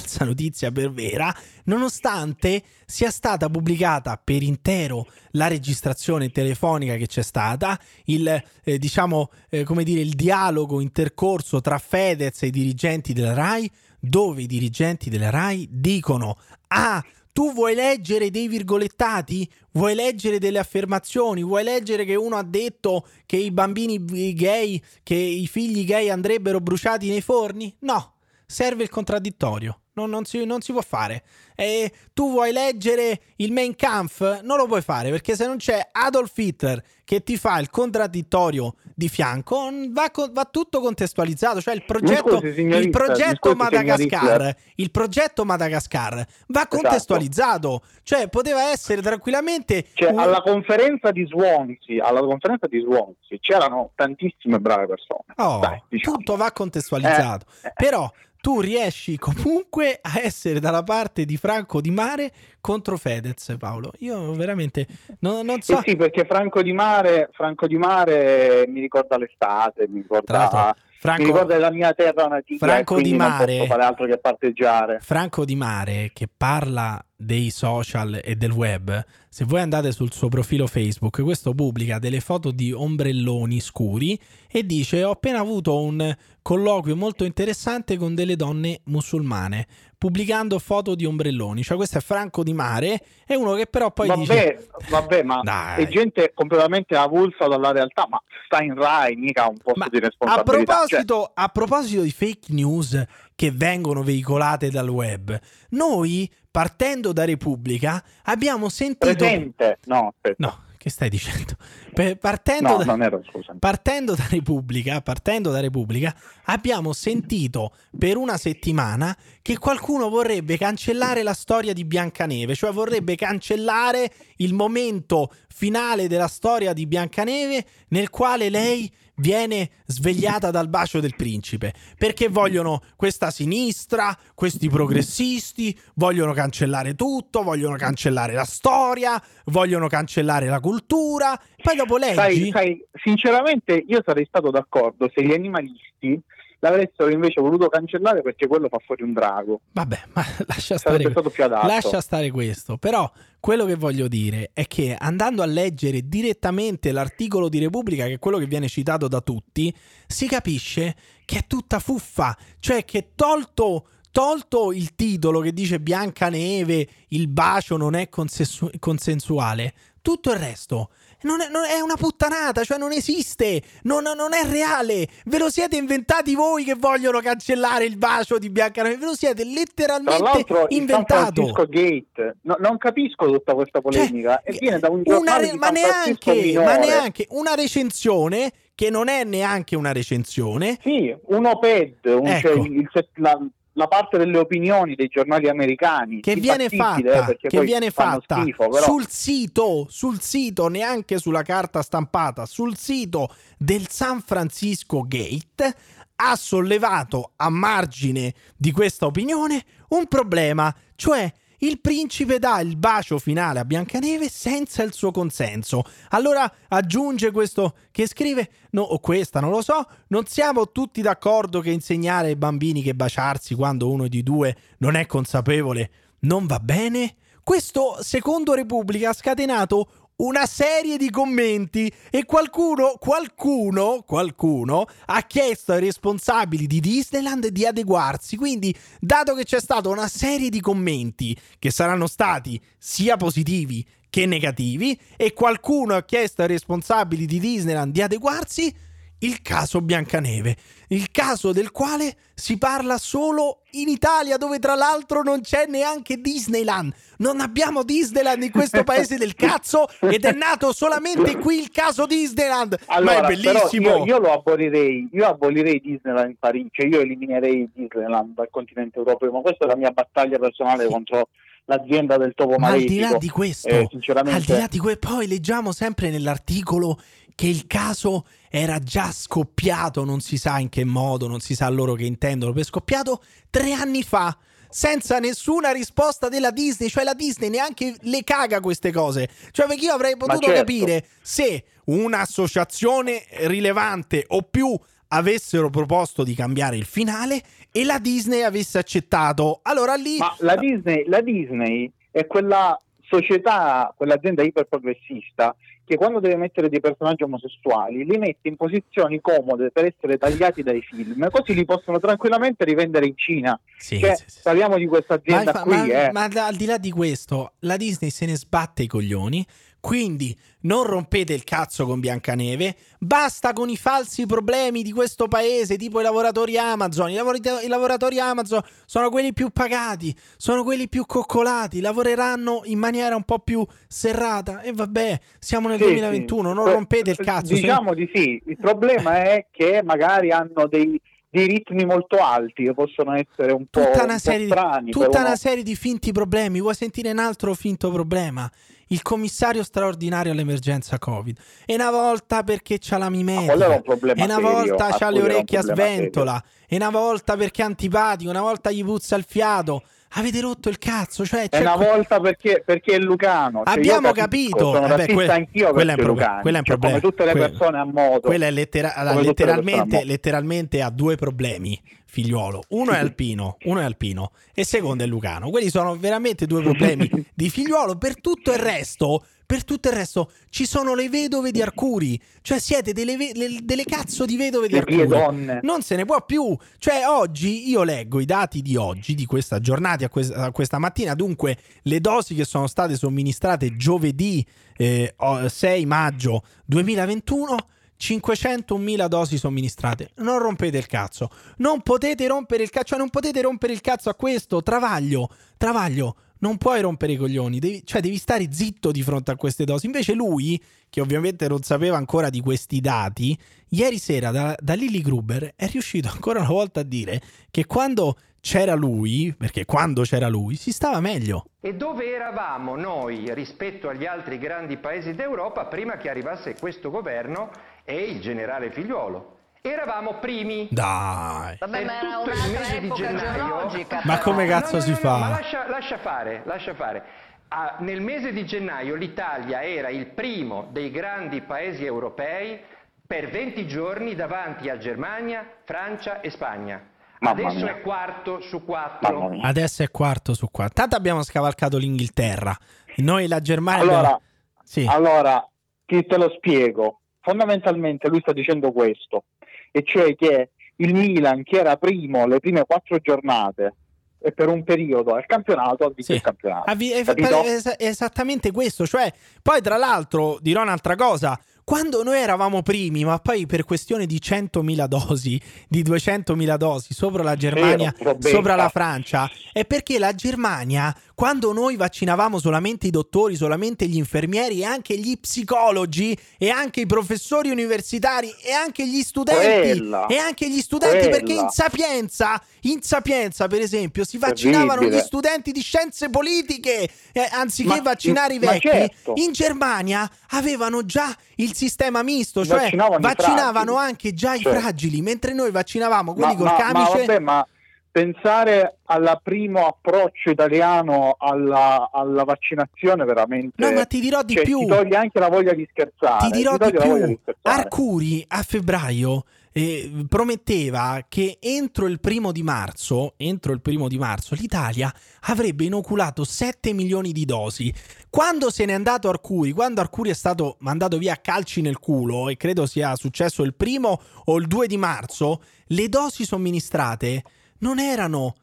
nonostante sia stata pubblicata per intero la registrazione telefonica che c'è stata, il dialogo intercorso tra Fedez e i dirigenti della Rai, dove i dirigenti della Rai dicono: tu vuoi leggere dei virgolettati? Vuoi leggere delle affermazioni? Vuoi leggere che uno ha detto che i bambini gay, che i figli gay andrebbero bruciati nei forni? No, serve il contraddittorio. Non si può fare. E tu vuoi leggere il Mein Kampf? Non lo puoi fare, perché se non c'è Adolf Hitler che ti fa il contraddittorio di fianco, va tutto contestualizzato. Cioè il progetto Madagascar va contestualizzato. Cioè poteva essere tranquillamente alla conferenza di Swansea c'erano tantissime brave persone. Tutto va contestualizzato. Però tu riesci comunque a essere dalla parte di Franco Di Mare contro Fedez, Paolo. Io veramente non so. Sì, perché Franco Di Mare mi ricorda l'estate, mi ricorda la mia terra nativa. Franco Di Mare non posso fare altro che parteggiare. Franco Di Mare, che parla dei social e del web, se voi andate sul suo profilo Facebook, questo pubblica delle foto di ombrelloni scuri e dice: ho appena avuto un colloquio molto interessante con delle donne musulmane, pubblicando foto di ombrelloni. Cioè questo è Franco Di Mare, è uno che però poi dice ma è gente completamente avulsa dalla realtà, ma sta in Rai, mica un posto di responsabilità. A proposito di fake news che vengono veicolate dal web, noi, partendo da Repubblica, abbiamo sentito... No, aspetta. No, che stai dicendo? Partendo da Repubblica, abbiamo sentito per una settimana che qualcuno vorrebbe cancellare la storia di Biancaneve, cioè vorrebbe cancellare il momento finale della storia di Biancaneve nel quale lei viene svegliata dal bacio del principe, perché vogliono questa sinistra, questi progressisti vogliono cancellare tutto, vogliono cancellare la storia, vogliono cancellare la cultura. Poi dopo leggi... Sai, sinceramente io sarei stato d'accordo se gli animalisti l'avessero invece voluto cancellare, perché quello fa fuori un drago. Vabbè, ma lascia stare questo. Però quello che voglio dire è che, andando a leggere direttamente l'articolo di Repubblica, che è quello che viene citato da tutti, si capisce che è tutta fuffa. Cioè che tolto il titolo che dice Biancaneve, il bacio non è consensuale, tutto il resto non è una puttanata, cioè non esiste, non è reale. Ve lo siete inventati voi che vogliono cancellare il bacio di Biancaneve, ve lo siete letteralmente inventato. San Francisco Gate, non capisco tutta questa polemica, e viene da un giornale di San Francisco minore. Ma neanche una recensione, che non è neanche una recensione. Sì, un op-ed, la parte delle opinioni dei giornali americani che viene fatta schifo, sul sito, neanche sulla carta stampata, sul sito del San Francisco Gate, ha sollevato a margine di questa opinione un problema, cioè il principe dà il bacio finale a Biancaneve senza il suo consenso. Allora aggiunge questo che scrive, non lo so, non siamo tutti d'accordo che insegnare ai bambini che baciarsi quando uno di due non è consapevole non va bene? Questo, secondo Repubblica, ha scatenato una serie di commenti e qualcuno ha chiesto ai responsabili di Disneyland di adeguarsi. Quindi, dato che c'è stata una serie di commenti che saranno stati sia positivi che negativi, e qualcuno ha chiesto ai responsabili di Disneyland di adeguarsi, il caso Biancaneve, il caso del quale si parla solo in Italia, dove tra l'altro non c'è neanche Disneyland. Non abbiamo Disneyland in questo paese del cazzo, ed è nato solamente qui il caso Disneyland. Allora, ma è bellissimo. Io abolirei Disneyland in Parigi, cioè io eliminerei Disneyland dal continente europeo, ma questa è la mia battaglia personale contro l'azienda del topo malefico. Al di là di questo, sinceramente... poi leggiamo sempre nell'articolo che il caso era già scoppiato, non si sa in che modo, non si sa loro che intendono per scoppiato, 3 anni fa, senza nessuna risposta della Disney. Cioè la Disney neanche le caga queste cose. Cioè, perché io avrei potuto capire se un'associazione rilevante o più avessero proposto di cambiare il finale e la Disney avesse accettato. Allora lì... Ma la Disney è quella società, quell'azienda iperprogressista che quando deve mettere dei personaggi omosessuali li mette in posizioni comode per essere tagliati dai film, così li possono tranquillamente rivendere in Cina. Parliamo di questa azienda ma al di là di questo, la Disney se ne sbatte i coglioni. Quindi non rompete il cazzo con Biancaneve, basta con i falsi problemi di questo paese, tipo i lavoratori Amazon. I lavoratori Amazon sono quelli più pagati, sono quelli più coccolati, lavoreranno in maniera un po' più serrata e vabbè, siamo nel 2021, non rompete il cazzo. Diciamo di sì, il problema è che magari hanno dei ritmi molto alti che possono essere un po' strani. Tutta una serie di finti problemi. Vuoi sentire un altro finto problema? Il commissario straordinario all'emergenza Covid. E una volta perché c'ha la mimetica, e una volta c'ha le orecchie a sventola, e una volta perché è antipatico, una volta gli puzza il fiato. Avete rotto il cazzo, cioè è una volta perché è lucano. Abbiamo capito. Sono razzista anch'io, quello è un problema. Come tutte le persone a modo. Quella è letteralmente ha 2 problemi, figliuolo. Uno è alpino e secondo è lucano. Quelli sono veramente 2 problemi di figliuolo. Per tutto il resto ci sono le vedove di Arcuri. Cioè siete delle cazzo di vedove di Arcuri. Donne. Non se ne può più. Cioè oggi io leggo i dati di oggi, di questa giornata a questa mattina. Dunque le dosi che sono state somministrate giovedì 6 maggio 2021, 501.000 dosi somministrate. Non rompete il cazzo. Non potete rompere il cazzo. Cioè non potete rompere il cazzo a questo. Travaglio. Non puoi rompere i coglioni, devi stare zitto di fronte a queste dosi. Invece lui, che ovviamente non sapeva ancora di questi dati, ieri sera da Lilly Gruber è riuscito ancora una volta a dire che quando c'era lui, perché quando c'era lui si stava meglio. E dove eravamo noi rispetto agli altri grandi paesi d'Europa prima che arrivasse questo governo e il generale Figliuolo? Eravamo primi. Dai. Vabbè, ma era un'altra epoca geologica. Ma come cazzo si fa? Ma lascia fare. Nel mese di gennaio l'Italia era il primo dei grandi paesi europei per 20 giorni davanti a Germania, Francia e Spagna. Adesso è quarto su 4. Adesso è quarto su 4. Tanto abbiamo scavalcato l'Inghilterra. Noi la Germania Allora, ti te lo spiego. Fondamentalmente lui sta dicendo questo, e cioè che il Milan, che era primo le prime 4 giornate e per un periodo al campionato, ha vinto il campionato. Esattamente questo. Cioè, poi tra l'altro dirò un'altra cosa. Quando noi eravamo primi, ma poi per questione di 100.000 dosi, di 200.000 dosi sopra la Germania, sopra la Francia, è perché la Germania, quando noi vaccinavamo solamente i dottori, solamente gli infermieri e anche gli psicologi e anche i professori universitari e anche gli studenti, perché in Sapienza per esempio si vaccinavano gli studenti di scienze politiche anziché vaccinare i vecchi. Certo. In Germania avevano già il sistema misto, cioè vaccinavano anche già i fragili, mentre noi vaccinavamo quelli col camice. Ma pensare al primo approccio italiano alla vaccinazione veramente. No, ma ti dirò di più. Ti toglie anche la voglia di scherzare. Ti dirò di più. Arcuri a febbraio prometteva che entro il primo di marzo l'Italia avrebbe inoculato 7 milioni di dosi. Quando se n'è andato Arcuri, quando Arcuri è stato mandato via a calci nel culo, e credo sia successo il 1 o il 2 di marzo, le dosi somministrate non erano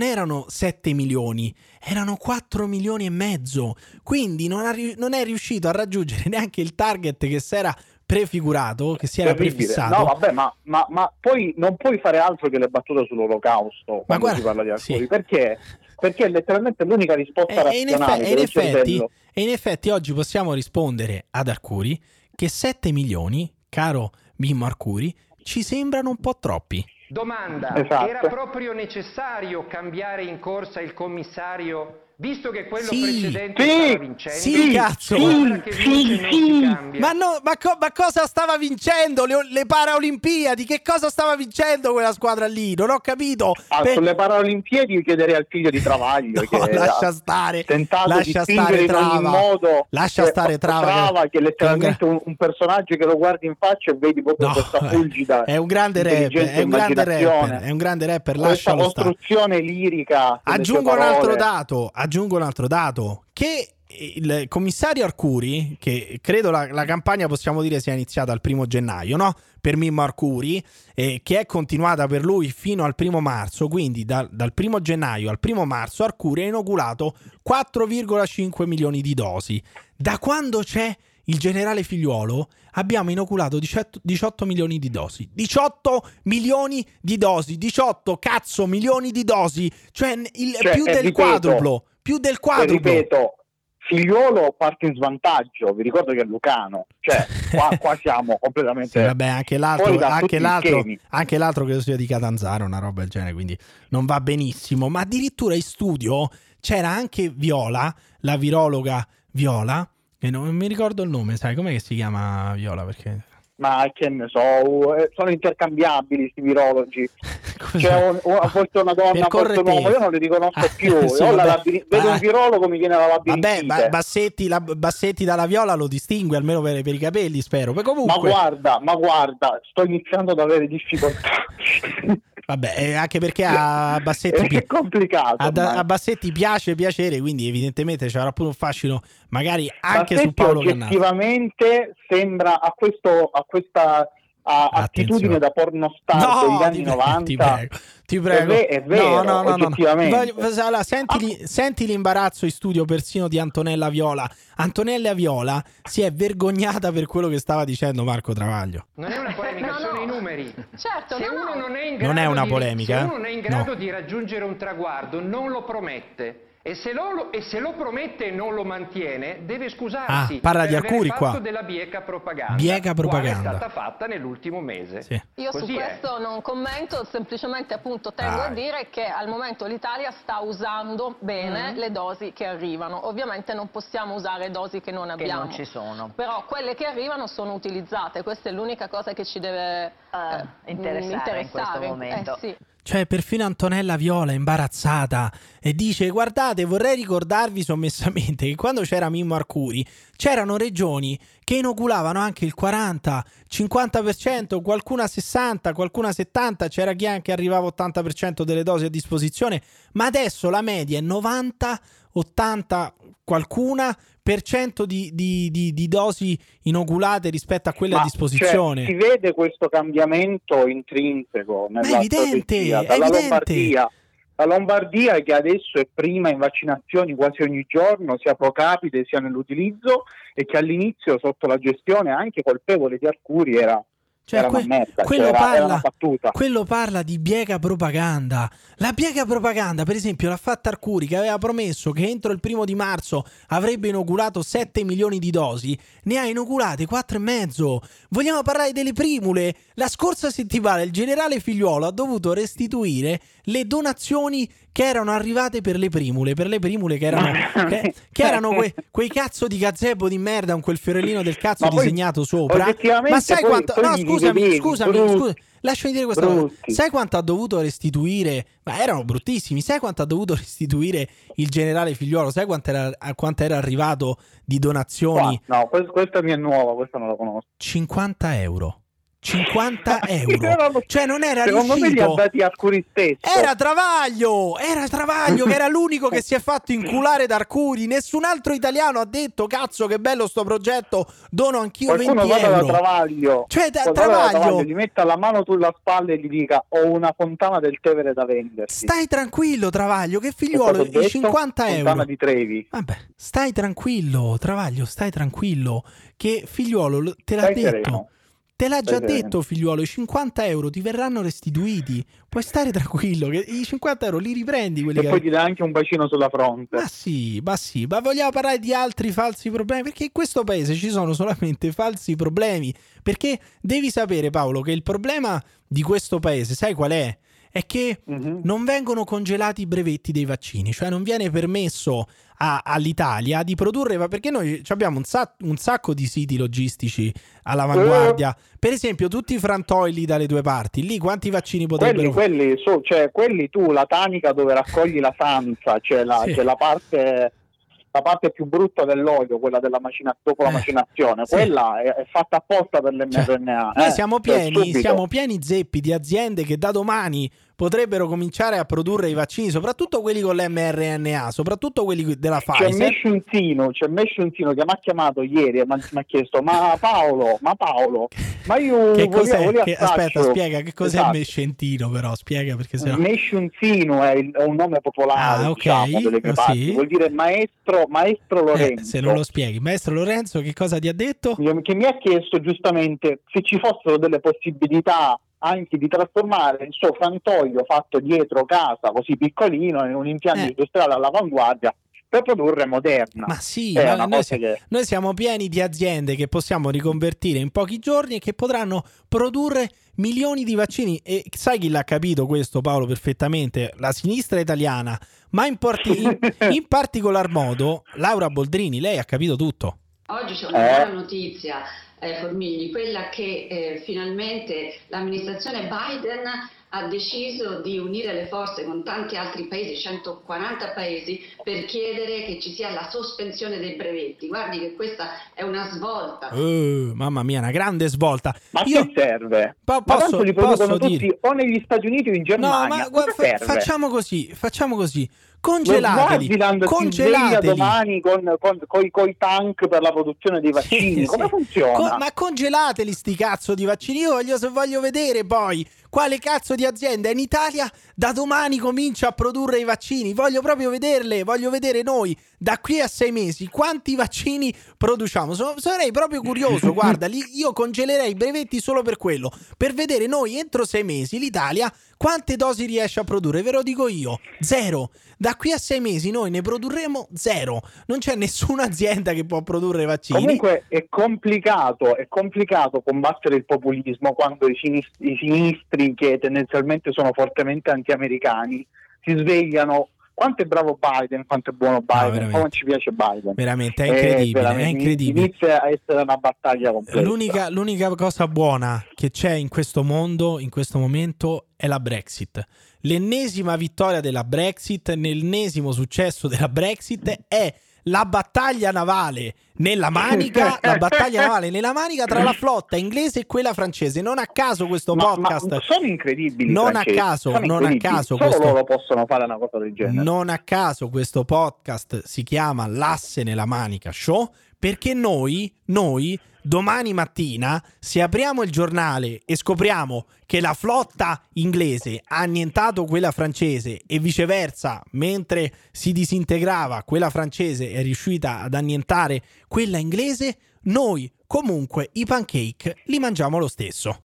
7 milioni, erano 4 milioni e mezzo. Quindi non è riuscito a raggiungere neanche il target che si era prefigurato, che si era prefissato. No, vabbè, ma poi non puoi fare altro che le battute sull'Olocausto quando si parla di Arcuri, perché è letteralmente l'unica risposta razionale. E in effetti oggi possiamo rispondere ad Arcuri che 7 milioni, caro Mimmo Arcuri, ci sembrano un po' troppi. Domanda, esatto. Era proprio necessario cambiare in corsa il commissario visto che quello Sì. precedente stava vincendo, Sì, cazzo. ora che vince non si cambia. Ma no, ma cosa stava vincendo? Le Paralimpiadi? Che cosa stava vincendo quella squadra lì? Non ho capito. Sulle Paralimpiadi io chiederei al figlio di Travaglio No, che lascia ha stare. tentato Lascia di stare spingere in ogni Trava. modo. Lascia stare Trava, che è letteralmente un personaggio che lo guardi in faccia e vedi proprio questa fulgida. È un grande rapper, è un grande rapper, è un grande rapper. Questa Lascialo stare. costruzione lirica. Aggiungo un altro dato, che il commissario Arcuri, che credo la campagna possiamo dire sia iniziata il 1 gennaio, no? Per Mimmo Arcuri, che è continuata per lui fino al 1 marzo, quindi dal 1 gennaio al 1 marzo Arcuri ha inoculato 4,5 milioni di dosi. Da quando c'è il generale Figliuolo abbiamo inoculato 18 milioni di dosi. 18 milioni di dosi, 18 cazzo milioni di dosi, cioè più del quadruplo. Più del quadruplo. Ripeto, Figliuolo parte in svantaggio, vi ricordo che è lucano, cioè qua siamo completamente. Sì, vabbè, anche l'altro credo sia di Catanzaro, una roba del genere, quindi non va benissimo. Ma addirittura in studio c'era anche Viola, la virologa Viola, che non mi ricordo il nome, sai com'è che si chiama Viola? Perché ma che ne so, sono intercambiabili questi virologi. C'è a volte una donna, a volte un uomo, io non li riconosco più. Sì, vedo un virologo, mi viene la labirintite. Vabbè, Bassetti dalla Viola lo distingue, almeno per i capelli, spero. Comunque... Ma guarda, sto iniziando ad avere difficoltà. Vabbè, anche perché a Bassetti è complicato. A Bassetti piace piacere, quindi evidentemente c'era pure un fascino magari anche Bassetti su Paolo Cannata. Oggettivamente sembra a questa attitudine da pornostar degli anni 90. Ti prego. È vero, no. oggettivamente. Allora, senti l'imbarazzo in studio persino di Antonella Viola. Antonella Viola si è vergognata per quello che stava dicendo Marco Travaglio. Non è una polemica, sono i numeri. Certo, se uno non è in grado non è una polemica. Se uno non è in grado di raggiungere un traguardo, non lo promette. E se lo promette e non lo mantiene, deve scusarsi. Parla di Arcuri qua. Della bieca propaganda. Quale è stata fatta nell'ultimo mese. Sì. Io così su questo non commento, semplicemente appunto tengo a dire che al momento l'Italia sta usando bene le dosi che arrivano. Ovviamente non possiamo usare dosi che non abbiamo. Che non ci sono. Però quelle che arrivano sono utilizzate. Questa è l'unica cosa che ci deve interessare in questo momento. Sì. Cioè, perfino Antonella Viola è imbarazzata e dice: guardate, vorrei ricordarvi sommessamente che quando c'era Mimmo Arcuri c'erano regioni che inoculavano anche il 40, 50%, qualcuna 60, qualcuna 70, c'era chi anche arrivava 80% delle dosi a disposizione, ma adesso la media è 90, 80, qualcuna per cento di dosi inoculate rispetto a quelle a disposizione. Cioè, si vede questo cambiamento intrinseco nella strategia dalla Lombardia. La Lombardia, che adesso è prima in vaccinazioni quasi ogni giorno, sia pro capite sia nell'utilizzo, e che all'inizio sotto la gestione anche colpevole di Arcuri era una merda, era una battuta. Quello parla di bieca propaganda. La bieca propaganda, per esempio, l'ha fatta Arcuri, che aveva promesso che entro il 1 di marzo avrebbe inoculato 7 milioni di dosi, ne ha inoculate 4,5. Vogliamo parlare delle primule? La scorsa settimana il generale Figliuolo ha dovuto restituire le donazioni che erano arrivate per le primule che erano quei cazzo di gazebo di merda con quel fiorellino del cazzo disegnato sopra. Ma sai quanto... No, scusami, lasciami dire questa cosa. Sai quanto ha dovuto restituire? Ma erano bruttissimi. Sai quanto ha dovuto restituire il generale Figliuolo? Sai quanto era arrivato di donazioni? No, questa mi è nuova, questa non la conosco. 50 euro. 50 euro. Cioè non era secondo riuscito. Me li ha dati Arcuri stesso. Era Travaglio che era l'unico che si è fatto inculare da Arcuri. Nessun altro italiano ha detto: cazzo, che bello sto progetto, dono anch'io 20 euro. Da Travaglio. Cioè Travaglio gli metta la mano sulla spalla e gli dica: ho una fontana del Tevere da venderti. Stai tranquillo, Travaglio, che Figliuolo i 50 euro. Fontana di Trevi. Vabbè, stai tranquillo, Travaglio, stai tranquillo, che Figliuolo te l'ha detto. Sereno. Te l'ha già detto Figliuolo, i 50 euro ti verranno restituiti. Puoi stare tranquillo che i 50 euro li riprendi quelli e poi ti dà anche un bacino sulla fronte. Ma vogliamo parlare di altri falsi problemi? Perché in questo paese ci sono solamente falsi problemi. Perché devi sapere, Paolo, che il problema di questo paese, sai qual è? è che non vengono congelati i brevetti dei vaccini, cioè non viene permesso all'Italia di produrre, perché noi abbiamo un sacco di siti logistici all'avanguardia. Per esempio tutti i frantoi lì dalle due parti, lì quanti vaccini potrebbero... Quelli tu, la tanica dove raccogli la sanza, c'è la parte più brutta dell'olio, quella dopo la macinazione, sì. Quella è fatta apposta per l'mRNA. Noi siamo pieni zeppi di aziende che da domani potrebbero cominciare a produrre i vaccini, soprattutto quelli con l'mRNA, soprattutto quelli della Pfizer. C'è Mesciuntino che mi ha chiamato ieri e mi ha chiesto ma Paolo, ma io aspetta, spiega che cos'è il Mesciuntino, però spiega, perché sennò... Mesciuntino è un nome popolare, diciamo, delle mie parti, vuol dire maestro Lorenzo. Se non lo spieghi, maestro Lorenzo che cosa ti ha detto? Che mi ha chiesto giustamente se ci fossero delle possibilità anche di trasformare il suo frantoio fatto dietro casa, così piccolino, in un impianto industriale all'avanguardia per produrre Moderna. Ma sì, noi siamo pieni di aziende che possiamo riconvertire in pochi giorni e che potranno produrre milioni di vaccini. E sai chi l'ha capito questo, Paolo, perfettamente? La sinistra italiana, ma in particolar modo Laura Boldrini. Lei ha capito tutto. Oggi c'è una buona notizia, Formigli, quella che finalmente l'amministrazione Biden ha deciso di unire le forze con tanti altri paesi, 140 paesi, per chiedere che ci sia la sospensione dei brevetti. Guardi che questa è una svolta. Mamma mia, una grande svolta. Ma che serve? Ma tanto li producono tutti o negli Stati Uniti o in Germania. No, ma facciamo così. Congelateli domani con i tank per la produzione dei vaccini. Come funziona? Ma congelateli sti cazzo di vaccini. Io voglio vedere poi quale cazzo di azienda in Italia da domani comincia a produrre i vaccini. Voglio proprio vederle. Voglio vedere noi da qui a 6 mesi quanti vaccini produciamo. Sarei proprio curioso. Guarda, io congelerei i brevetti solo per quello, per vedere noi entro 6 mesi l'Italia quante dosi riesce a produrre. Ve lo dico io, 0. Da qui a 6 mesi noi ne produrremo 0. Non c'è nessuna azienda che può produrre vaccini. Comunque è complicato combattere il populismo quando i sinistri, che tendenzialmente sono fortemente anti-americani, si svegliano. Quanto è bravo Biden, quanto è buono Biden, come ci piace Biden. Veramente, è incredibile. Inizia a essere una battaglia complessa. L'unica cosa buona che c'è in questo mondo, in questo momento, è la Brexit. L'ennesima vittoria della Brexit, l'ennesimo successo della Brexit è la battaglia navale nella manica, tra la flotta inglese e quella francese. Non a caso questo podcast. Ma sono incredibili. Non a caso solo loro possono fare una cosa del genere. Non a caso questo podcast si chiama L'asse nella manica show, perché noi domani mattina, se apriamo il giornale e scopriamo che la flotta inglese ha annientato quella francese e viceversa, mentre si disintegrava quella francese è riuscita ad annientare quella inglese, noi comunque i pancake li mangiamo lo stesso.